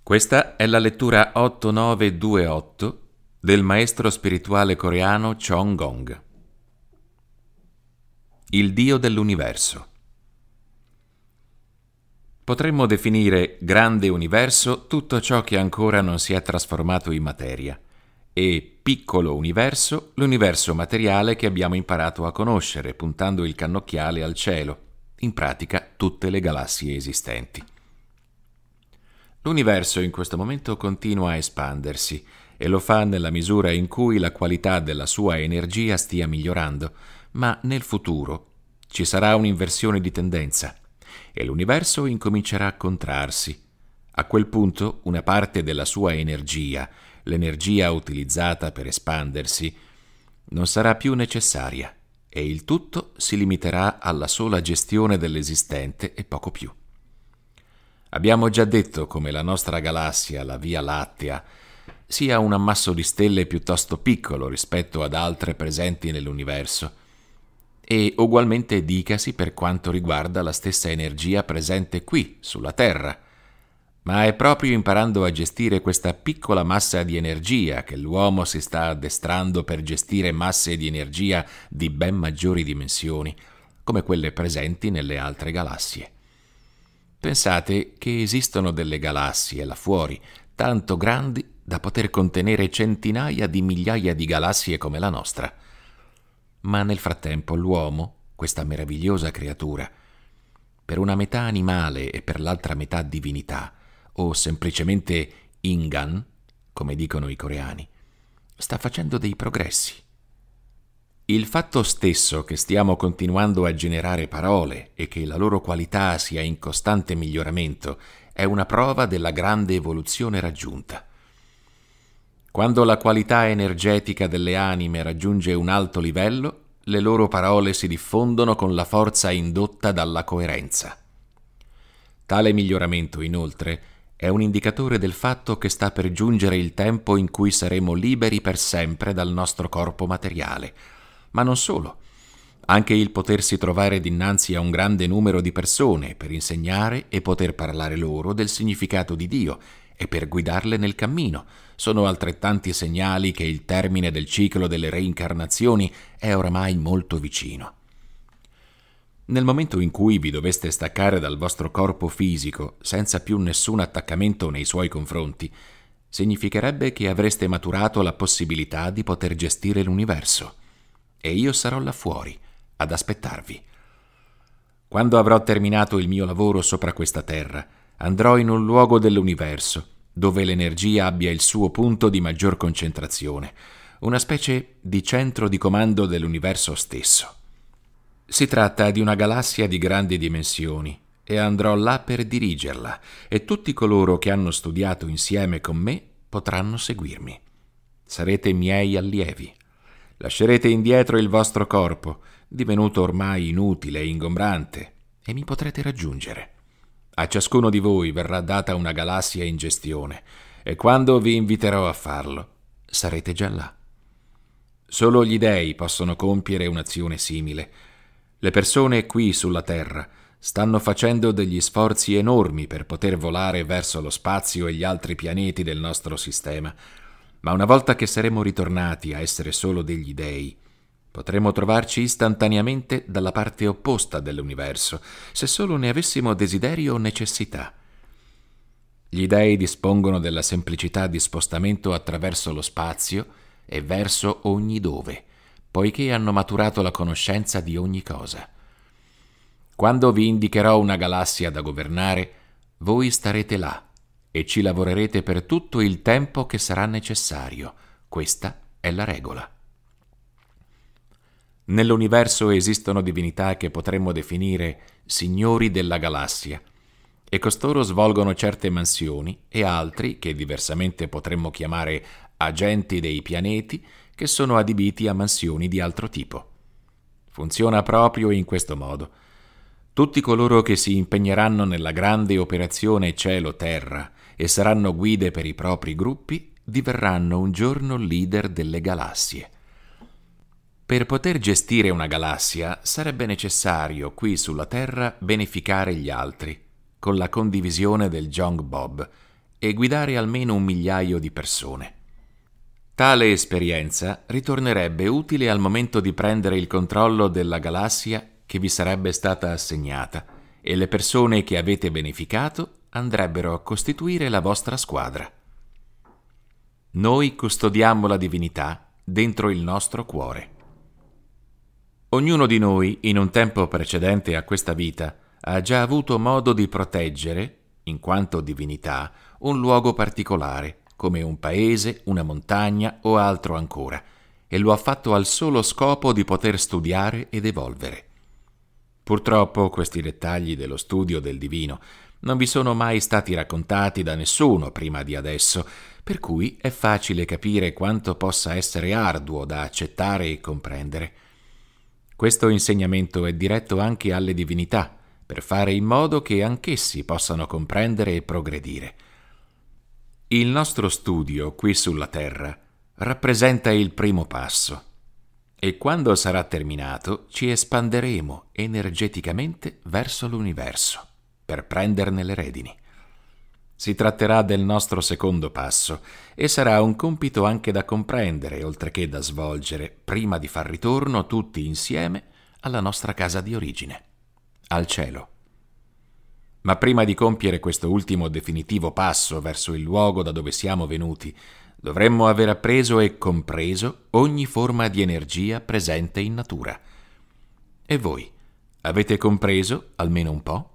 Questa è la lettura 8928 del maestro spirituale coreano Chong Gong. Il Dio dell'universo. Potremmo definire grande universo tutto ciò che ancora non si è trasformato in materia e piccolo universo l'universo materiale che abbiamo imparato a conoscere puntando il cannocchiale al cielo, in pratica tutte le galassie esistenti. L'universo in questo momento continua a espandersi e lo fa nella misura in cui la qualità della sua energia stia migliorando, ma nel futuro ci sarà un'inversione di tendenza e l'universo incomincerà a contrarsi. A quel punto una parte della sua energia, l'energia utilizzata per espandersi, non sarà più necessaria e il tutto si limiterà alla sola gestione dell'esistente e poco più. Abbiamo già detto come la nostra galassia, la Via Lattea, sia un ammasso di stelle piuttosto piccolo rispetto ad altre presenti nell'universo, e ugualmente dicasi per quanto riguarda la stessa energia presente qui, sulla Terra. Ma è proprio imparando a gestire questa piccola massa di energia che l'uomo si sta addestrando per gestire masse di energia di ben maggiori dimensioni, come quelle presenti nelle altre galassie. Pensate che esistono delle galassie là fuori, tanto grandi da poter contenere centinaia di migliaia di galassie come la nostra. Ma nel frattempo l'uomo, questa meravigliosa creatura, per una metà animale e per l'altra metà divinità, o semplicemente Ingan, come dicono i coreani, sta facendo dei progressi. Il fatto stesso che stiamo continuando a generare parole e che la loro qualità sia in costante miglioramento è una prova della grande evoluzione raggiunta. Quando la qualità energetica delle anime raggiunge un alto livello, le loro parole si diffondono con la forza indotta dalla coerenza. Tale miglioramento, inoltre, è un indicatore del fatto che sta per giungere il tempo in cui saremo liberi per sempre dal nostro corpo materiale. Ma non solo, anche il potersi trovare dinanzi a un grande numero di persone per insegnare e poter parlare loro del significato di Dio e per guidarle nel cammino sono altrettanti segnali che il termine del ciclo delle reincarnazioni è oramai molto vicino. Nel momento in cui vi doveste staccare dal vostro corpo fisico senza più nessun attaccamento nei suoi confronti, significherebbe che avreste maturato la possibilità di poter gestire l'universo. E io sarò là fuori, ad aspettarvi. Quando avrò terminato il mio lavoro sopra questa terra, andrò in un luogo dell'universo, dove l'energia abbia il suo punto di maggior concentrazione, una specie di centro di comando dell'universo stesso. Si tratta di una galassia di grandi dimensioni, e andrò là per dirigerla, e tutti coloro che hanno studiato insieme con me potranno seguirmi. Sarete miei allievi. Lascerete indietro il vostro corpo, divenuto ormai inutile e ingombrante, e mi potrete raggiungere. A ciascuno di voi verrà data una galassia in gestione, e quando vi inviterò a farlo, sarete già là. Solo gli dei possono compiere un'azione simile. Le persone qui sulla Terra stanno facendo degli sforzi enormi per poter volare verso lo spazio e gli altri pianeti del nostro sistema. Ma una volta che saremo ritornati a essere solo degli dei, potremo trovarci istantaneamente dalla parte opposta dell'universo, se solo ne avessimo desiderio o necessità. Gli dei dispongono della semplicità di spostamento attraverso lo spazio e verso ogni dove, poiché hanno maturato la conoscenza di ogni cosa. Quando vi indicherò una galassia da governare, voi starete là e ci lavorerete per tutto il tempo che sarà necessario. Questa è la regola. Nell'universo esistono divinità che potremmo definire signori della galassia, e costoro svolgono certe mansioni, e altri, che diversamente potremmo chiamare agenti dei pianeti, che sono adibiti a mansioni di altro tipo. Funziona proprio in questo modo. Tutti coloro che si impegneranno nella grande operazione cielo-terra e saranno guide per i propri gruppi, diverranno un giorno leader delle galassie. Per poter gestire una galassia sarebbe necessario qui sulla Terra beneficare gli altri, con la condivisione del Jong Bob, e guidare almeno 1 migliaio di persone. Tale esperienza ritornerebbe utile al momento di prendere il controllo della galassia che vi sarebbe stata assegnata e le persone che avete beneficato andrebbero a costituire la vostra squadra. Noi custodiamo la divinità dentro il nostro cuore. Ognuno di noi, in un tempo precedente a questa vita, ha già avuto modo di proteggere, in quanto divinità, un luogo particolare, come un paese, una montagna o altro ancora, e lo ha fatto al solo scopo di poter studiare ed evolvere. Purtroppo questi dettagli dello studio del divino non vi sono mai stati raccontati da nessuno prima di adesso, per cui è facile capire quanto possa essere arduo da accettare e comprendere. Questo insegnamento è diretto anche alle divinità, per fare in modo che anch'essi possano comprendere e progredire. Il nostro studio qui sulla Terra rappresenta il primo passo e quando sarà terminato ci espanderemo energeticamente verso l'universo per prenderne le redini. Si tratterà del nostro secondo passo e sarà un compito anche da comprendere, oltre che da svolgere, prima di far ritorno tutti insieme alla nostra casa di origine, al cielo. Ma prima di compiere questo ultimo definitivo passo verso il luogo da dove siamo venuti, dovremmo aver appreso e compreso ogni forma di energia presente in natura. E voi, avete compreso almeno un po'?